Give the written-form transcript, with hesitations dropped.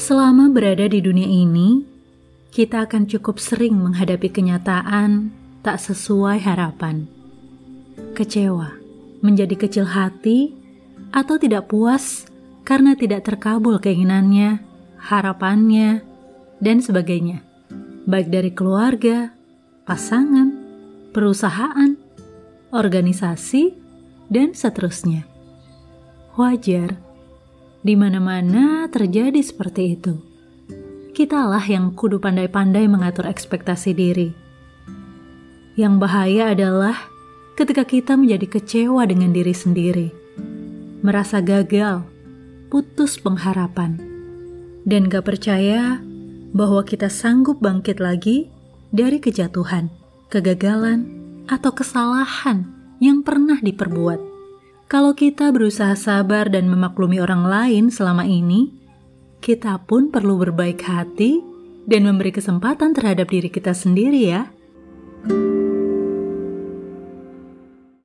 Selama berada di dunia ini, kita akan cukup sering menghadapi kenyataan tak sesuai harapan. Kecewa, menjadi kecil hati, atau tidak puas karena tidak terkabul keinginannya, harapannya, dan sebagainya. Baik dari keluarga, pasangan, perusahaan, organisasi, dan seterusnya. Wajar, di mana-mana terjadi seperti itu. Kitalah yang kudu pandai-pandai mengatur ekspektasi diri. Yang bahaya adalah ketika kita menjadi kecewa dengan diri sendiri, merasa gagal, putus pengharapan, dan gak percaya bahwa kita sanggup bangkit lagi dari kejatuhan, kegagalan, atau kesalahan yang pernah diperbuat. Kalau kita berusaha sabar dan memaklumi orang lain selama ini, kita pun perlu berbaik hati dan memberi kesempatan terhadap diri kita sendiri ya.